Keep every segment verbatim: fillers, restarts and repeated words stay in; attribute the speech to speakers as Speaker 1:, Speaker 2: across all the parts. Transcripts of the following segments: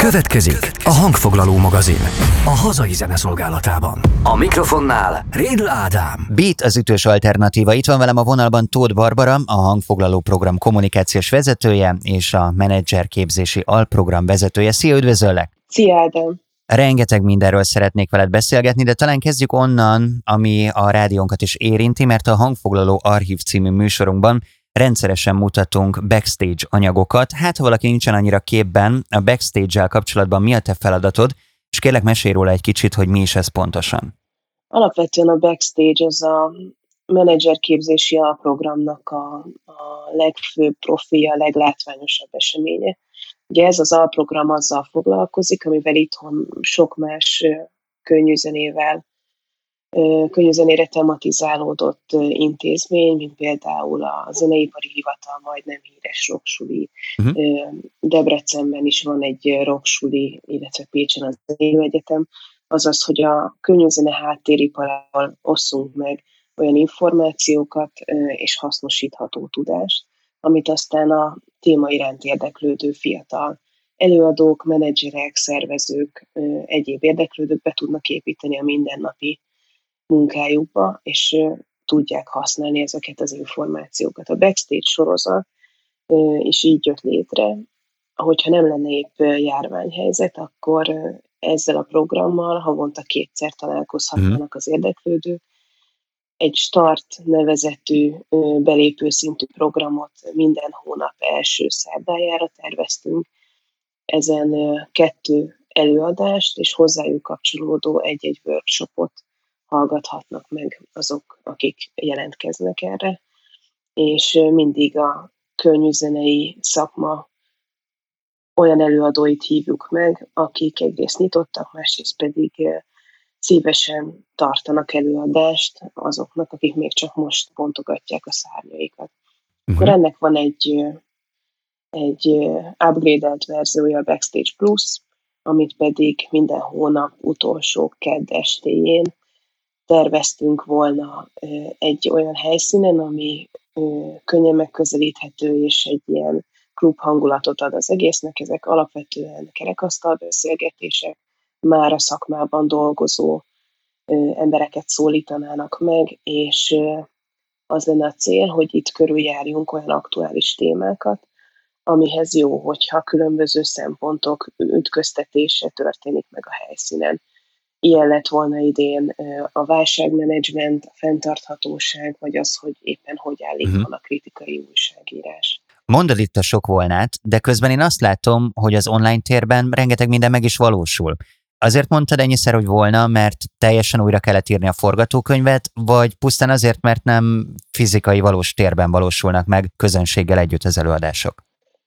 Speaker 1: Következik a Hangfoglaló magazin a hazai zeneszolgálatában. A mikrofonnál Rédl Ádám.
Speaker 2: Beat az ütős alternatíva. Itt van velem a vonalban Tóth Barbara, a Hangfoglaló program kommunikációs vezetője és a menedzserképzési alprogram vezetője. Szia, üdvözöllek!
Speaker 3: Szia, Ádám!
Speaker 2: Rengeteg mindenről szeretnék veled beszélgetni, de talán kezdjük onnan, ami a rádiónkat is érinti, mert a Hangfoglaló Archív című műsorunkban rendszeresen mutatunk backstage anyagokat. Hát, ha valaki nincsen annyira képben, a backstage-el kapcsolatban mi a te feladatod, és kérlek, mesélj róla egy kicsit, hogy mi is ez pontosan.
Speaker 3: Alapvetően a backstage az a menedzserképzési alprogramnak a, a legfőbb profilja, a leglátványosabb eseménye. Ugye ez az alprogram azzal foglalkozik, amivel itthon sok más könnyűzenével, könnyűzenére tematizálódott intézmény, mint például a Zeneipari Hivatal, majdnem híres rocksuli. Uh-huh. Debrecenben is van egy rocksuli, illetve Pécsen az Egyetem. Azaz, hogy a könnyűzene háttériparával osszunk meg olyan információkat és hasznosítható tudást, amit aztán a téma iránt érdeklődő fiatal előadók, menedzserek, szervezők, egyéb érdeklődők be tudnak építeni a mindennapi munkájukba, és tudják használni ezeket az információkat. A backstage sorozat is így jött létre, hogyha nem lenne épp járványhelyzet, akkor ezzel a programmal havonta kétszer találkozhatnának az érdeklődők. Egy Start nevezetű belépő szintű programot minden hónap első szerdájára terveztünk. Ezen kettő előadást és hozzájuk kapcsolódó egy-egy workshopot hallgathatnak meg azok, akik jelentkeznek erre, és mindig a könnyűzenei szakma olyan előadóit hívjuk meg, akik egyrészt nyitottak, másrészt pedig szívesen tartanak előadást azoknak, akik még csak most bontogatják a szárnyaikat. Uh-huh. Akkor ennek van egy, egy upgrade-elt verziója, a Backstage Plus, amit pedig minden hónap utolsó kedd estéjén terveztünk volna egy olyan helyszínen, ami könnyen megközelíthető, és egy ilyen klub hangulatot ad az egésznek. Ezek alapvetően kerekasztal beszélgetések, már a szakmában dolgozó embereket szólítanának meg, és az lenne a cél, hogy itt körüljárjunk olyan aktuális témákat, amihez jó, hogyha különböző szempontok ütköztetése történik meg a helyszínen. Ilyen lett volna idén a válságmenedzsment, a fenntarthatóság, vagy az, hogy éppen hogy állít uh-huh. van a kritikai újságírás.
Speaker 2: Mondod itt a sok volnát, de közben én azt látom, hogy az online térben rengeteg minden meg is valósul. Azért mondtad ennyiszer, hogy volna, mert teljesen újra kellett írni a forgatókönyvet, vagy pusztán azért, mert nem fizikai valós térben valósulnak meg közönséggel együtt az előadások?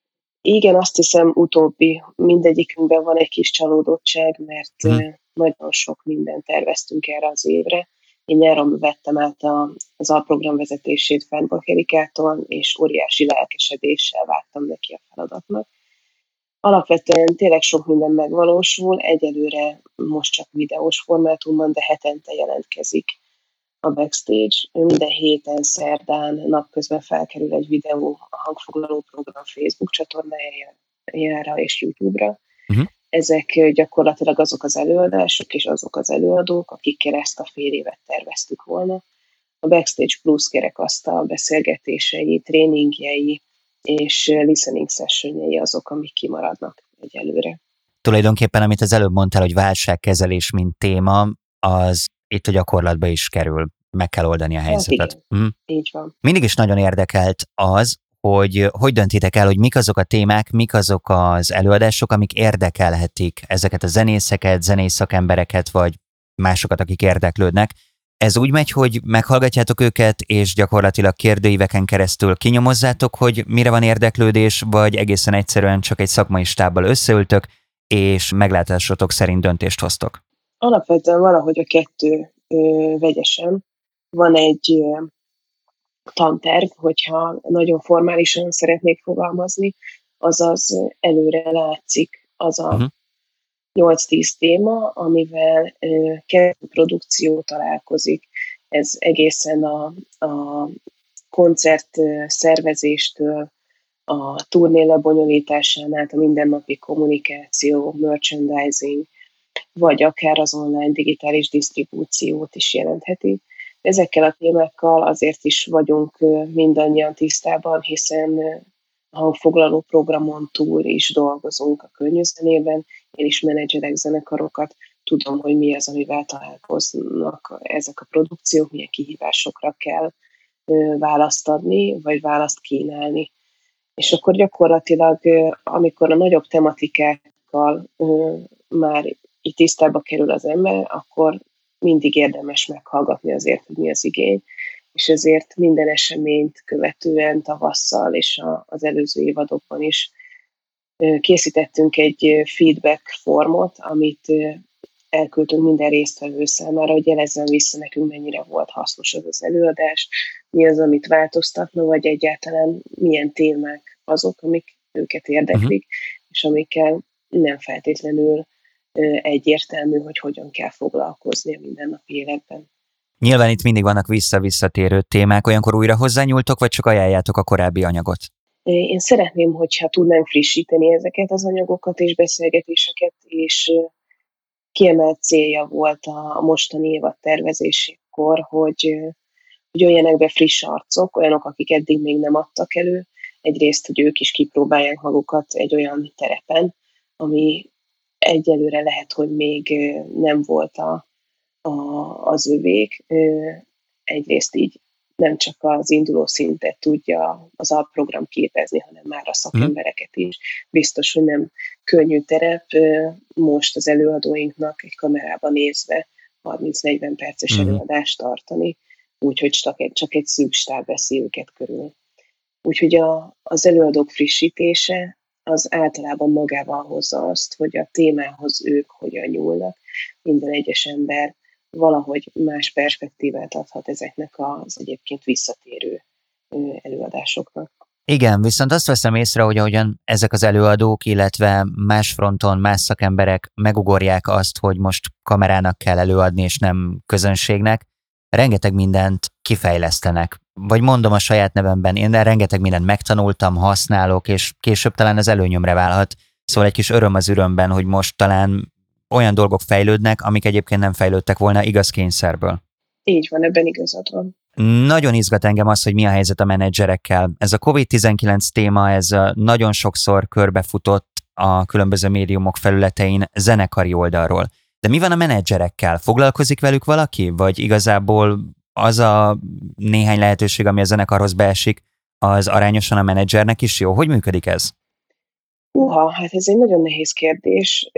Speaker 2: Igen,
Speaker 3: azt hiszem utóbbi. Mindegyikünkben van egy kis csalódottság, mert hmm. nagyon sok mindent terveztünk erre az évre. Én nyáron vettem át a, az alprogram vezetését Fernbach Erikától, és óriási lelkesedéssel vágtam neki a feladatnak. Alapvetően tényleg sok minden megvalósul, egyelőre most csak videós formátumban, de hetente jelentkezik a backstage. Minden héten szerdán napközben felkerül egy videó a Hangfoglaló program Facebook csatornájára és YouTube-ra. Uh-huh. Ezek gyakorlatilag azok az előadások és azok az előadók, akikkel ezt a fél évet terveztük volna. A Backstage Plus kerekasztal beszélgetései, tréningjei és listening sessionjei azok, amik kimaradnak egyelőre.
Speaker 2: Tulajdonképpen, amit az előbb mondtál, hogy válságkezelés, mint téma, az itt a gyakorlatba is kerül. Meg kell oldani a helyzetet.
Speaker 3: Hát igen, mm. így van.
Speaker 2: Mindig is nagyon érdekelt az, hogy hogy döntitek el, hogy mik azok a témák, mik azok az előadások, amik érdekelhetik ezeket a zenészeket, zenész szakembereket, vagy másokat, akik érdeklődnek. Ez úgy megy, hogy meghallgatjátok őket, és gyakorlatilag kérdőíveken keresztül kinyomozzátok, hogy mire van érdeklődés, vagy egészen egyszerűen csak egy szakmai stábbal összeültök, és meglátásotok szerint döntést hoztok?
Speaker 3: Alapvetően valahogy a kettő ö, vegyesen. Van egy ö, tanterv, hogyha nagyon formálisan szeretnék fogalmazni, azaz előre látszik az a uh-huh. nyolc-tíz téma, amivel ö, kettő produkció találkozik. Ez egészen a, a koncert szervezéstől a turné lebonyolításán át a mindennapi kommunikáció, merchandising, vagy akár az online digitális disztribúciót is jelentheti. Ezekkel a témákkal azért is vagyunk mindannyian tisztában, hiszen a hangfoglaló programon túl is dolgozunk a könnyűzenében, én is menedzserek zenekarokat, tudom, hogy mi az, amivel találkoznak ezek a produkciók, milyen kihívásokra kell választ adni, vagy választ kínálni. És akkor gyakorlatilag, amikor a nagyobb tematikákkal már így tisztába kerül az ember, akkor mindig érdemes meghallgatni azért, hogy mi az igény, és ezért minden eseményt követően tavasszal és az előző évadokban is készítettünk egy feedback formot, amit elküldtünk minden résztvevő számára, hogy jelezzen vissza nekünk, mennyire volt hasznos az az előadás, mi az, amit változtatna, vagy egyáltalán milyen témák azok, amik őket érdeklik, uh-huh. és amikkel nem feltétlenül egyértelmű, hogy hogyan kell foglalkozni a mindennapi életben.
Speaker 2: Nyilván itt mindig vannak vissza-visszatérő témák, olyankor újra hozzányúltok, vagy csak ajánljátok a korábbi anyagot?
Speaker 3: Én szeretném, hogyha tudnánk frissíteni ezeket az anyagokat és beszélgetéseket, és kiemelt célja volt a mostani évad tervezésekor, hogy, hogy jöjjenek be friss arcok, olyanok, akik eddig még nem adtak elő, egyrészt, hogy ők is kipróbálják magukat egy olyan terepen, ami egyelőre lehet, hogy még nem volt a, a, az övék. Egyrészt így nem csak az induló szintet tudja az alprogram képezni, hanem már a szakembereket is. Biztos, hogy nem könnyű terep most az előadóinknak egy kamerában nézve harminc-negyven perces mm. előadást tartani, úgyhogy csak egy, csak egy szűk stáb veszi őket körül. Úgyhogy a, az előadók frissítése az általában magával hozza azt, hogy a témához ők hogyan nyúlnak. Minden egyes ember valahogy más perspektívát adhat ezeknek az egyébként visszatérő előadásoknak.
Speaker 2: Igen, viszont azt veszem észre, hogy ahogyan ezek az előadók, illetve más fronton más szakemberek megugorják azt, hogy most kamerának kell előadni, és nem közönségnek, rengeteg mindent kifejlesztenek. Vagy mondom a saját nevemben, én rengeteg mindent megtanultam, használok, és később talán az előnyömre válhat. Szóval egy kis öröm az örömben, hogy most talán olyan dolgok fejlődnek, amik egyébként nem fejlődtek volna igaz kényszerből.
Speaker 3: Így van, ebben igazad van.
Speaker 2: Nagyon izgat engem az, hogy mi a helyzet a menedzserekkel. Ez a kovid tizenkilenc téma, ez nagyon sokszor körbefutott a különböző médiumok felületein zenekari oldalról. De mi van a menedzserekkel? Foglalkozik velük valaki? Vagy igazából az a néhány lehetőség, ami a zenekarhoz beesik, az arányosan a menedzsernek is jó? Hogy működik ez?
Speaker 3: Uha, hát ez egy nagyon nehéz kérdés.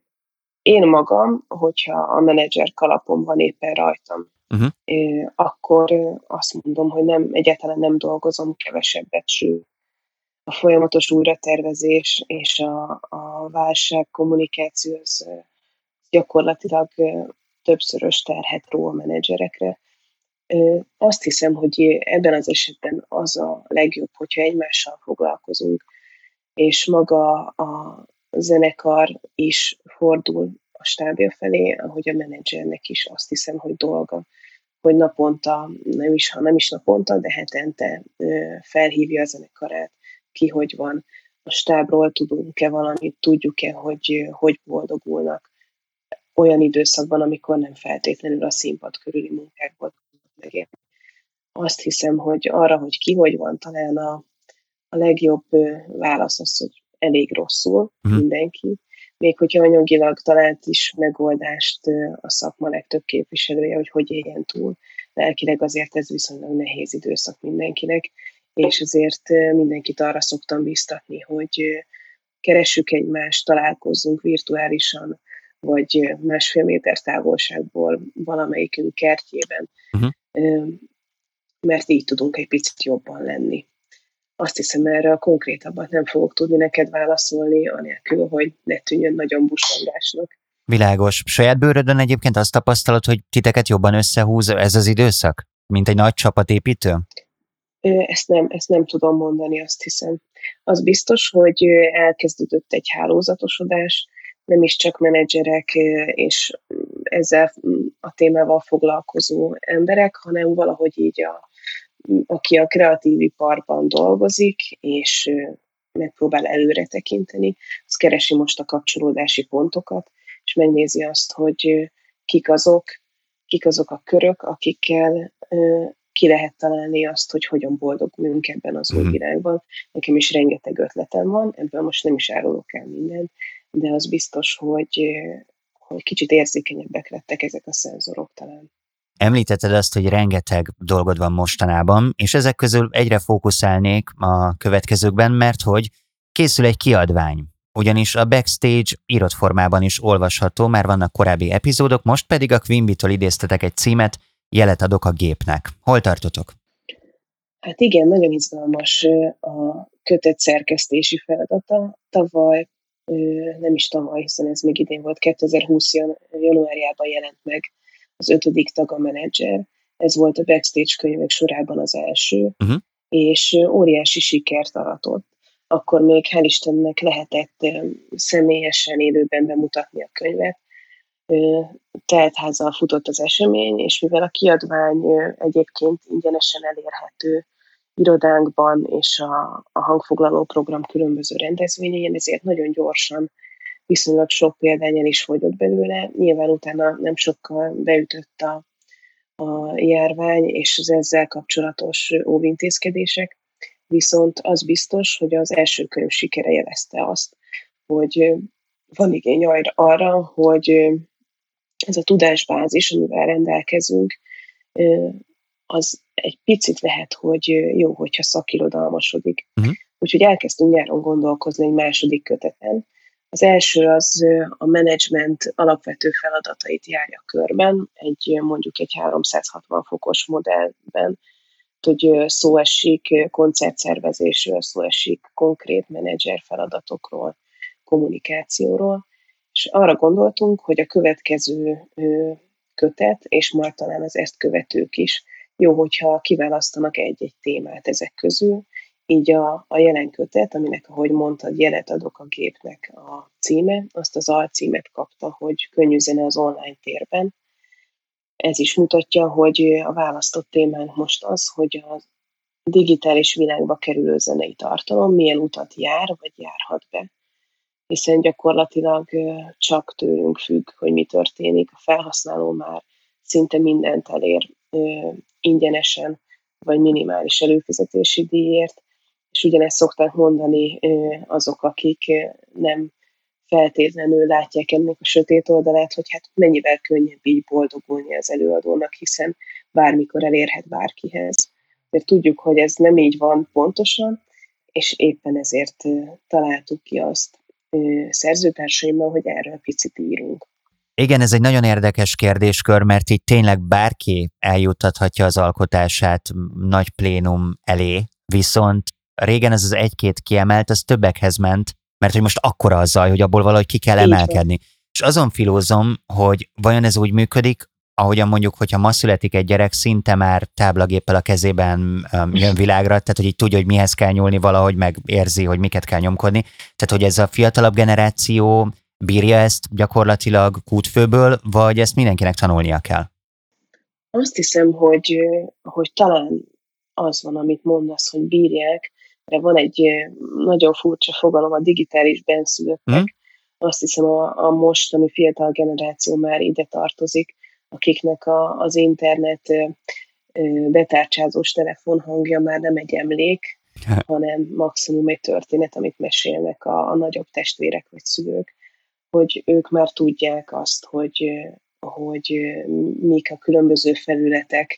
Speaker 3: Én magam, hogyha a menedzser kalapom van éppen rajtam, uh-huh. akkor azt mondom, hogy nem, egyáltalán nem dolgozom kevesebbet, sőt. A folyamatos újratervezés és a, a válság kommunikáció az gyakorlatilag többszörös terhet ró a menedzserekre. Azt hiszem, hogy ebben az esetben az a legjobb, hogyha egymással foglalkozunk, és maga a zenekar is fordul a stábja felé, ahogy a menedzsernek is azt hiszem, hogy dolga, hogy naponta, nem is, ha nem is naponta, de hetente felhívja a zenekarát, ki hogy van, a stábról tudunk-e valamit, tudjuk-e, hogy hogy boldogulnak olyan időszakban, amikor nem feltétlenül a színpad körüli munkákból tudnak megérni. Azt hiszem, hogy arra, hogy ki hogy van, talán a, a legjobb válasz az, hogy elég rosszul uh-huh. mindenki, még hogyha anyagilag talált is megoldást a szakma legtöbb képviselője, hogy hogy éljen túl. Lelkileg azért ez viszonylag nehéz időszak mindenkinek, és ezért mindenkit arra szoktam biztatni, hogy keressük egymást, találkozzunk virtuálisan, vagy másfél méter távolságból valamelyikünk kertjében, uh-huh. mert így tudunk egy picit jobban lenni. Azt hiszem, erre a konkrétabbat nem fogok tudni neked válaszolni, anélkül, hogy ne tűnjön nagyon busongásnak.
Speaker 2: Világos. Saját bőrödön egyébként azt tapasztalod, hogy titeket jobban összehúz ez az időszak, mint egy nagy csapatépítő?
Speaker 3: Ezt nem, ezt nem tudom mondani, azt hiszem. Az biztos, hogy elkezdődött egy hálózatosodás, nem is csak menedzserek és ezzel a témával foglalkozó emberek, hanem valahogy így a aki a kreatív iparban dolgozik, és megpróbál előre tekinteni, az keresi most a kapcsolódási pontokat, és megnézi azt, hogy kik azok, kik azok a körök, akikkel ki lehet találni azt, hogy hogyan boldoguljunk ebben az új
Speaker 2: Mhm.
Speaker 3: világban. Nekem is rengeteg ötletem van, ebből most nem is árulok el mindent, de az biztos, hogy, hogy kicsit érzékenyebbek lettek ezek a szenzorok talán.
Speaker 2: Említetted azt, hogy rengeteg dolgod van mostanában, és ezek közül egyre fókuszálnék a következőkben, mert hogy készül egy kiadvány. Ugyanis a Backstage írott formában is olvasható, már vannak korábbi epizódok, most pedig a Quimby-től idéztetek egy címet, jelet adok a gépnek. Hol tartotok?
Speaker 3: Hát igen, nagyon izgalmas a kötet szerkesztési feladata. Tavaly, nem is tavaly, hiszen ez még idén volt, kétezer-húsz januárjában jelent meg az ötödik tag, a menedzser. Ez volt a Backstage könyvek sorában az első, uh-huh. és óriási sikert aratott. Akkor még hál' Istennek lehetett személyesen élőben bemutatni a könyvet. Teltházzal futott az esemény, és mivel a kiadvány egyébként ingyenesen elérhető irodánkban és a, a hangfoglaló program különböző rendezvényein, ezért nagyon gyorsan, viszonylag sok példány el is fogyott belőle. Nyilván utána nem sokkal beütött a, a járvány és az ezzel kapcsolatos óvintézkedések, viszont az biztos, hogy az első könyv sikere jelezte azt, hogy van igény arra, hogy ez a tudásbázis, amivel rendelkezünk, az egy picit lehet, hogy jó, hogyha szakirodalmasodik. Uh-huh. Úgyhogy elkezdtünk nyáron gondolkozni egy második köteten. Az első az a menedzsment alapvető feladatait járja körben, egy mondjuk egy háromszázhatvan fokos modellben, hogy szó esik koncertszervezésről, szó esik konkrét menedzser feladatokról, kommunikációról, és arra gondoltunk, hogy a következő kötet, és majd talán az ezt követők is, jó, hogyha kiválasztanak egy-egy témát ezek közül, így a, a jelen kötet, aminek, ahogy mondtad, jelet adok a gépnek a címe, azt az alcímet kapta, hogy könnyű zene az online térben. Ez is mutatja, hogy a választott témánk most az, hogy a digitális világba kerülő zenei tartalom milyen utat jár, vagy járhat be. Hiszen gyakorlatilag csak tőlünk függ, hogy mi történik. A felhasználó már szinte mindent elér ingyenesen, vagy minimális előfizetési díjért, és ugyanezt szokták mondani azok, akik nem feltétlenül látják ennek a sötét oldalát, hogy hát mennyivel könnyebb így boldogulni az előadónak, hiszen bármikor elérhet bárkihez. De tudjuk, hogy ez nem így van pontosan, és éppen ezért találtuk ki azt szerzőtársaimmal, hogy erről picit írunk.
Speaker 2: Igen, ez egy nagyon érdekes kérdéskör, mert így tényleg bárki eljuttathatja az alkotását nagy plénum elé, viszont régen ez az egy-két kiemelt, az többekhez ment, mert hogy most akkora a zaj, hogy abból valahogy ki kell emelkedni. És azon filózom, hogy vajon ez úgy működik, ahogyan mondjuk, hogyha ma születik egy gyerek, szinte már táblagéppel a kezében um, jön világra, tehát hogy így tudja, hogy mihez kell nyúlni valahogy, meg érzi, hogy miket kell nyomkodni. Tehát, hogy ez a fiatalabb generáció bírja ezt gyakorlatilag kútfőből, vagy ezt mindenkinek tanulnia kell?
Speaker 3: Azt hiszem, hogy, hogy talán az van, amit mondasz, hogy bírják, de van egy nagyon furcsa fogalom, a digitális benszülöttek. Hmm. Azt hiszem, a, a mostani fiatal generáció már ide tartozik, akiknek a, az internet betárcsázós telefonhangja már nem egy emlék, hanem maximum egy történet, amit mesélnek a, a nagyobb testvérek vagy szülők, hogy ők már tudják azt, hogy, hogy mik a különböző felületek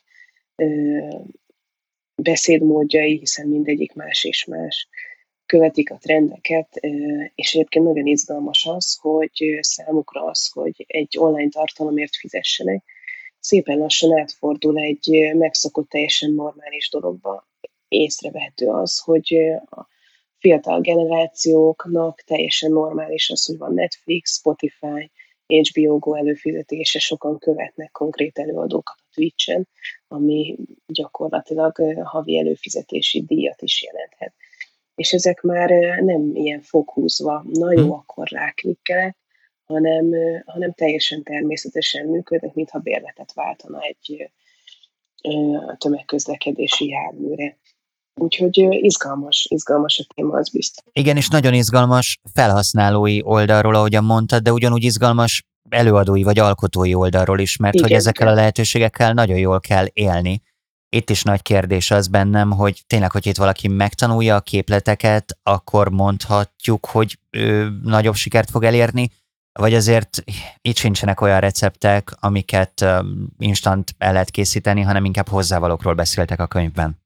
Speaker 3: beszédmódjai, hiszen mindegyik más és más, követik a trendeket, és egyébként nagyon izgalmas az, hogy számukra az, hogy egy online tartalomért fizessenek, szépen lassan átfordul egy megszokott, teljesen normális dologba. Észrevehető az, hogy a fiatal generációknak teljesen normális az, hogy van Netflix, Spotify, há bé o Go előfizetése, sokan követnek konkrét előadókat a Twitchen, ami gyakorlatilag havi előfizetési díjat is jelenthet. És ezek már nem ilyen foghúzva, na jó, akkor ráklikkelek, hanem, hanem teljesen természetesen működnek, mintha bérletet váltana egy tömegközlekedési járműre. Úgyhogy izgalmas, izgalmas a téma, az biztos.
Speaker 2: Igen, és nagyon izgalmas felhasználói oldalról, ahogyan mondtad, de ugyanúgy izgalmas előadói vagy alkotói oldalról is, mert igen, hogy ezekkel igen. a lehetőségekkel nagyon jól kell élni. Itt is nagy kérdés az bennem, hogy tényleg, hogy itt valaki megtanulja a képleteket, akkor mondhatjuk, hogy ő nagyobb sikert fog elérni, vagy azért itt sincsenek olyan receptek, amiket instant el lehet készíteni, hanem inkább hozzávalókról beszéltek a könyvben.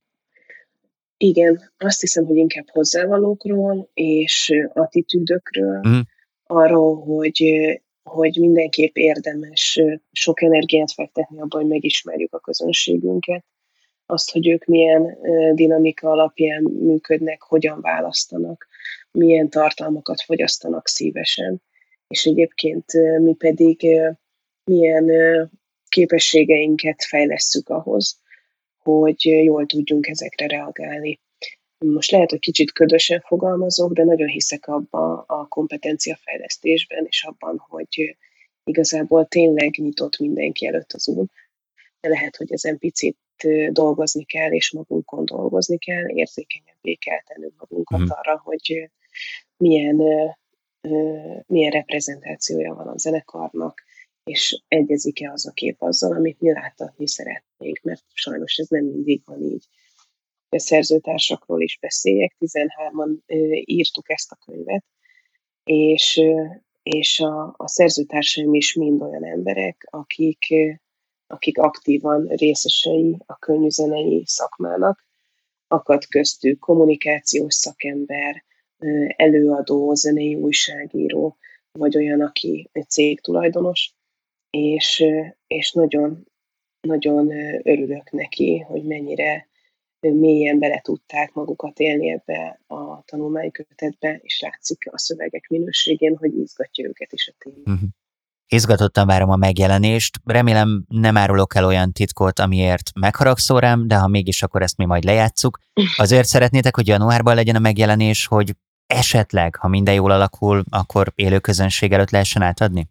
Speaker 3: Igen, azt hiszem, hogy inkább hozzávalókról és attitűdökről, mm. arról, hogy, hogy mindenképp érdemes sok energiát fektetni abban, hogy megismerjük a közönségünket, azt, hogy ők milyen dinamika alapján működnek, hogyan választanak, milyen tartalmakat fogyasztanak szívesen, és egyébként mi pedig milyen képességeinket fejlesszük ahhoz, hogy jól tudjunk ezekre reagálni. Most lehet, hogy kicsit ködösen fogalmazok, de nagyon hiszek abban a kompetenciafejlesztésben, és abban, hogy igazából tényleg nyitott mindenki előtt az út. De lehet, hogy ezen picit dolgozni kell, és magunkon dolgozni kell, érzékenyebbé kell tennünk magunkat mm. arra, hogy milyen, milyen reprezentációja van a zenekarnak, és egyezik-e az a kép azzal, amit mi láttatni szeretnénk, mert sajnos ez nem mindig van így. A szerzőtársakról is beszéljek, tizenhárman írtuk ezt a könyvet, és, és a, a szerzőtársaim is mind olyan emberek, akik, akik aktívan részesei a könnyűzenei szakmának, akad köztük kommunikációs szakember, előadó, zenei újságíró, vagy olyan, aki egy cégtulajdonos, és, és nagyon, nagyon örülök neki, hogy mennyire mélyen bele tudták magukat élni ebbe a tanulmánykötetbe, és látszik a szövegek minőségén, hogy izgatja őket is a téma. Uh-huh.
Speaker 2: Izgatottan várom a megjelenést. Remélem nem árulok el olyan titkot, amiért megharagszol rám, de ha mégis, akkor ezt mi majd lejátsszuk. Azért szeretnétek, hogy januárban legyen a megjelenés, hogy esetleg, ha minden jól alakul, akkor élő közönség előtt lehessen átadni?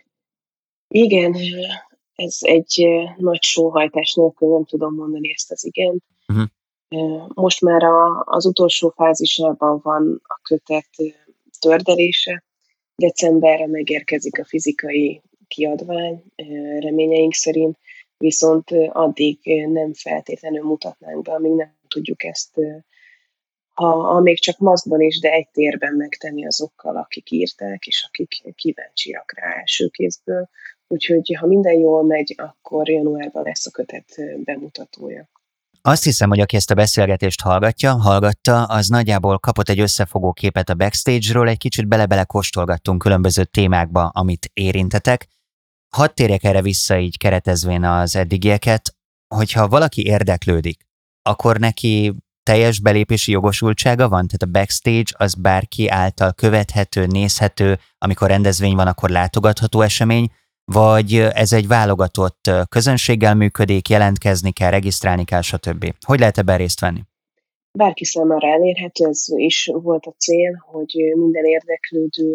Speaker 3: Igen, ez egy nagy sóhajtás nélkül nem tudom mondani ezt az igent. Uh-huh. Most már a, az utolsó fázisában van a kötet tördelése. Decemberre megérkezik a fizikai kiadvány, reményeink szerint, viszont addig nem feltétlenül mutatnánk be, amíg nem tudjuk ezt, ha, ha még csak maszkban is, de egy térben megtenni azokkal, akik írták, és akik kíváncsiak rá első kézből. Úgyhogy ha minden jól megy, akkor januárban lesz a kötet bemutatója.
Speaker 2: Azt hiszem, hogy aki ezt a beszélgetést hallgatja, hallgatta, az nagyjából kapott egy összefogó képet a backstage-ről, egy kicsit bele-bele kóstolgattunk különböző témákba, amit érintetek. Hadd térjek erre vissza így keretezvén az eddigieket, hogyha valaki érdeklődik, akkor neki teljes belépési jogosultsága van? Tehát a backstage az bárki által követhető, nézhető, amikor rendezvény van, akkor látogatható esemény, vagy ez egy válogatott közönséggel működik, jelentkezni kell, regisztrálni kell, stb. Hogy lehet ebben részt venni?
Speaker 3: Bárki számára elérhető, ez is volt a cél, hogy minden érdeklődő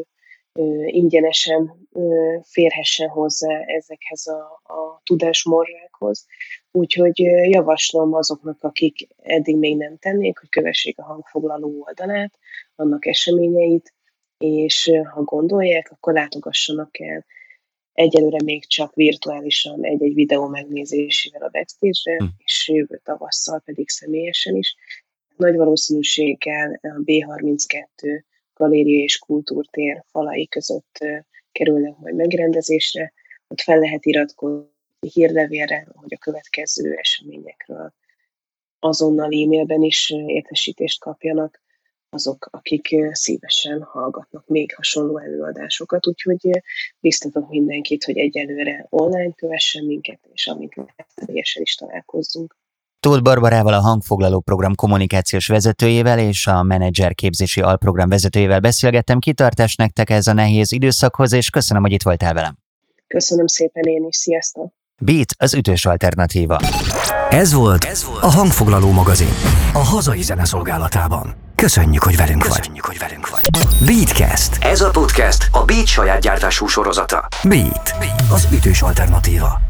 Speaker 3: ingyenesen férhessen hozzá ezekhez a, a tudásmorrákhoz. Úgyhogy javaslom azoknak, akik eddig még nem tennék, hogy kövessék a hangfoglaló oldalát, annak eseményeit, és ha gondolják, akkor látogassanak el. Egyelőre még csak virtuálisan egy-egy videó megnézésével a backstage-re, hm. és jövő tavasszal pedig személyesen is. Nagy valószínűséggel a bé harminckettő galéria és kultúrtér falai között kerülnek majd megrendezésre. Ott fel lehet iratkozni hírlevélre, hogy a következő eseményekről azonnal e-mailben is értesítést kapjanak azok, akik szívesen hallgatnak még hasonló előadásokat, úgyhogy biztatok mindenkit, hogy egyelőre online kövessen minket, és amint lehet, személyesen is találkozzunk.
Speaker 2: Tóth Barbarával, a Hangfoglaló Program kommunikációs vezetőjével és a menedzser képzési alprogram vezetőjével beszélgettem. Kitartás nektek ez a nehéz időszakhoz, és köszönöm, hogy itt voltál velem.
Speaker 3: Köszönöm szépen én is, sziasztok!
Speaker 2: Beat, az ütős alternatíva.
Speaker 1: Ez volt, ez volt a Hangfoglaló magazin, a hazai zene szolgálatában. Köszönjük, hogy velünk vagy. Köszönjük, hogy velünk vagy. Beatcast. Ez a podcast a Beat saját gyártású sorozata. Beat, az ütős alternatíva.